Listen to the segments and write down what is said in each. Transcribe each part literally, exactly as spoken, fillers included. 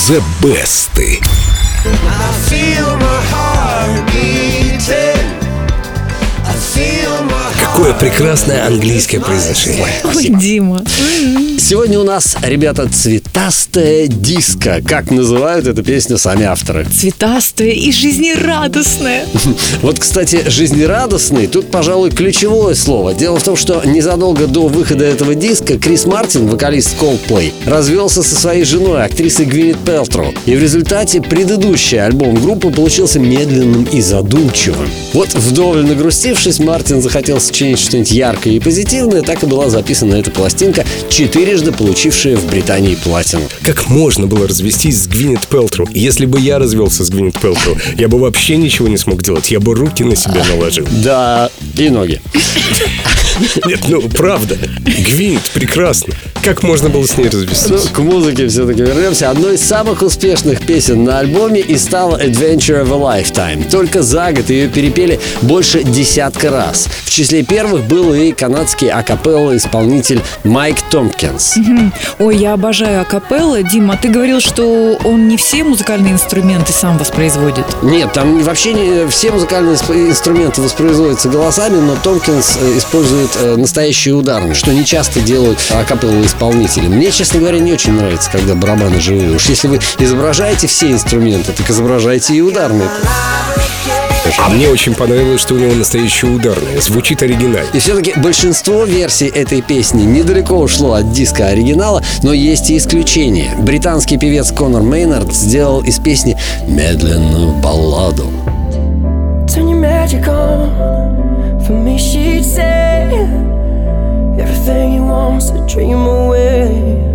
The Best. Какое прекрасное английское произношение. Ой, Дима. Сегодня у нас, ребята, цветастая диско. Как называют эту песню сами авторы? Цветастая и жизнерадостная. Вот, кстати, жизнерадостный тут, пожалуй, ключевое слово. Дело в том, что незадолго до выхода этого диска Крис Мартин, вокалист Coldplay, развелся со своей женой, актрисой Гвинет Пэлтроу. И в результате предыдущий альбом группы получился медленным и задумчивым. Вот, вдоволь нагрустившись, Мартин захотел сочинить что-нибудь яркое и позитивное. Так и была записана эта пластинка, четырежды получившая в Британии платину. Как можно было развестись с Гвинет Пэлтроу? Если бы я развелся с Гвинет Пэлтроу, я бы вообще ничего не смог делать. Я бы руки на себя наложил. Да, и ноги. Нет, ну правда. Гвинет прекрасно. Как можно было с ней развестись? Ну, к музыке все-таки вернемся. Одной из самых успешных песен на альбоме и стала Adventure of a Lifetime. Только за год ее перепели больше десятка раз. В числе первых был и канадский акапелла-исполнитель Майк Томпкинс. Мгм. Ой, я обожаю акапелла. Дима, ты говорил, что он не все музыкальные инструменты сам воспроизводит. Нет, там вообще не все музыкальные исп- инструменты воспроизводятся голосами, но Томпкинс э, использует э, настоящие ударные, что не часто делают акапелла-исполнители. Мне, честно говоря, не очень нравится, когда барабаны живые. Уж если вы изображаете все инструменты, так изображайте и ударные. А мне очень понравилось, что у него настоящие ударные. Звучит оригинально. И все-таки большинство версий этой песни недалеко ушло от диска оригинала, но есть и исключения. Британский певец Конор Мейнард сделал из песни медленную балладу. Turn your magic on for me, she'd say. Everything you want's a dream away.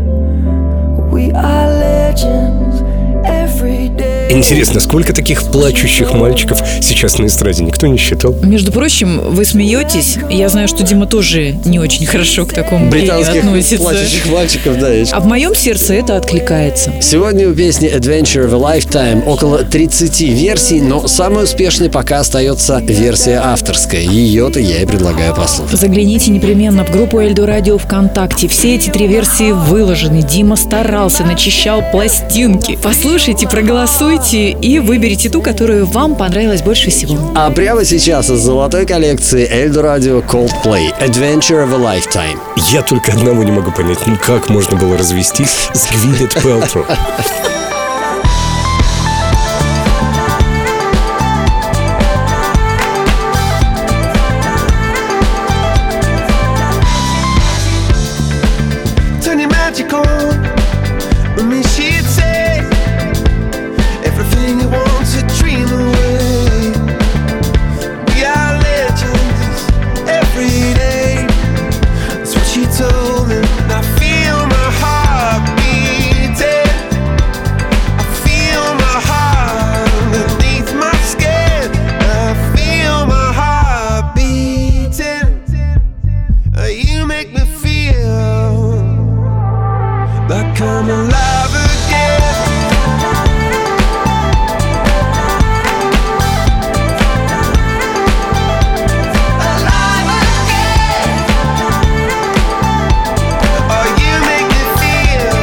We are legends every day. Интересно, сколько таких плачущих мальчиков сейчас на эстраде? Никто не считал? Между прочим, вы смеетесь. Я знаю, что Дима тоже не очень хорошо к такому мнению Британских относится. плачущих мальчиков, да. я- А в моем сердце это откликается. Сегодня у песни Adventure of a Lifetime около тридцати версий, но самой успешной пока остается версия авторская. Ее-то я и предлагаю послушать. Загляните непременно в группу Эльдо Радио ВКонтакте. Все эти три версии выложены. Дима старался, начищал пластинки. Послушайте, проголосуйте и выберите ту, которую вам понравилась больше всего. А прямо сейчас из золотой коллекции Эльдо Радио Coldplay Adventure of a Lifetime. Я только одного не могу понять. Ну как можно было развестись с Гвинет Пэлтроу? Turn your magic on for me, she'd say. Everything you want's a dream away. We are legends every day. That's what she told me. I feel my heart beating. I feel my heart underneath my skin. I feel my heart beating. Uh, You make me feel like I'm alive again. Alive again. Oh, you make me feel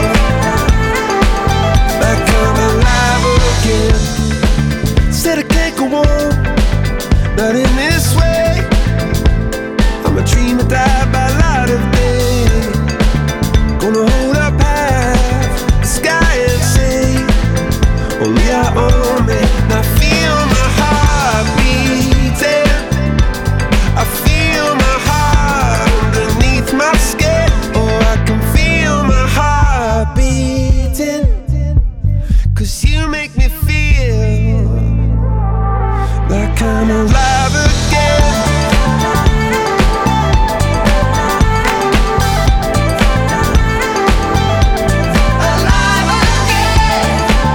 like I'm alive again. Said I can't go on, not in this way. I'm a dreamer, die by light of day. Gonna hold up half the sky and say, only I own me. And I feel my heart beating. I feel my heart underneath my skin. Oh, I can feel my heart beating. 'Cause you make me feel like I'm alive again. Alive again.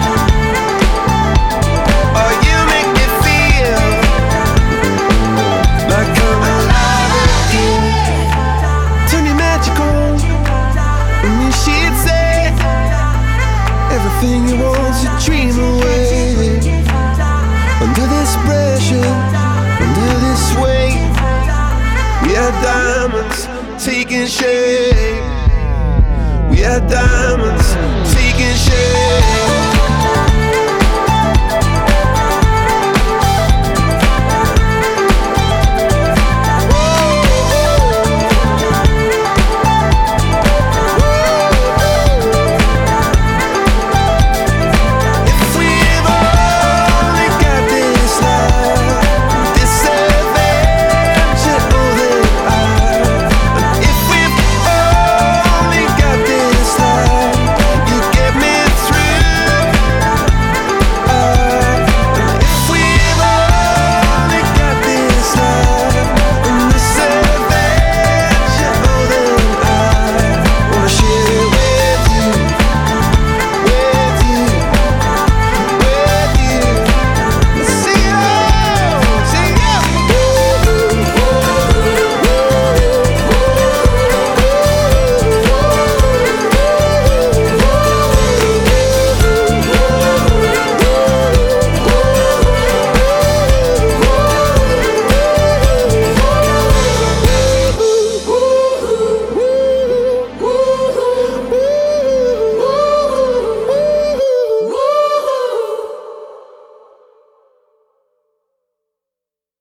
Oh, you make me feel like I'm alive again. Turn your magic on, and you she'd say everything you want's a dream away. Under this pressure, under this weight, we are diamonds taking shape. We are diamonds taking shape.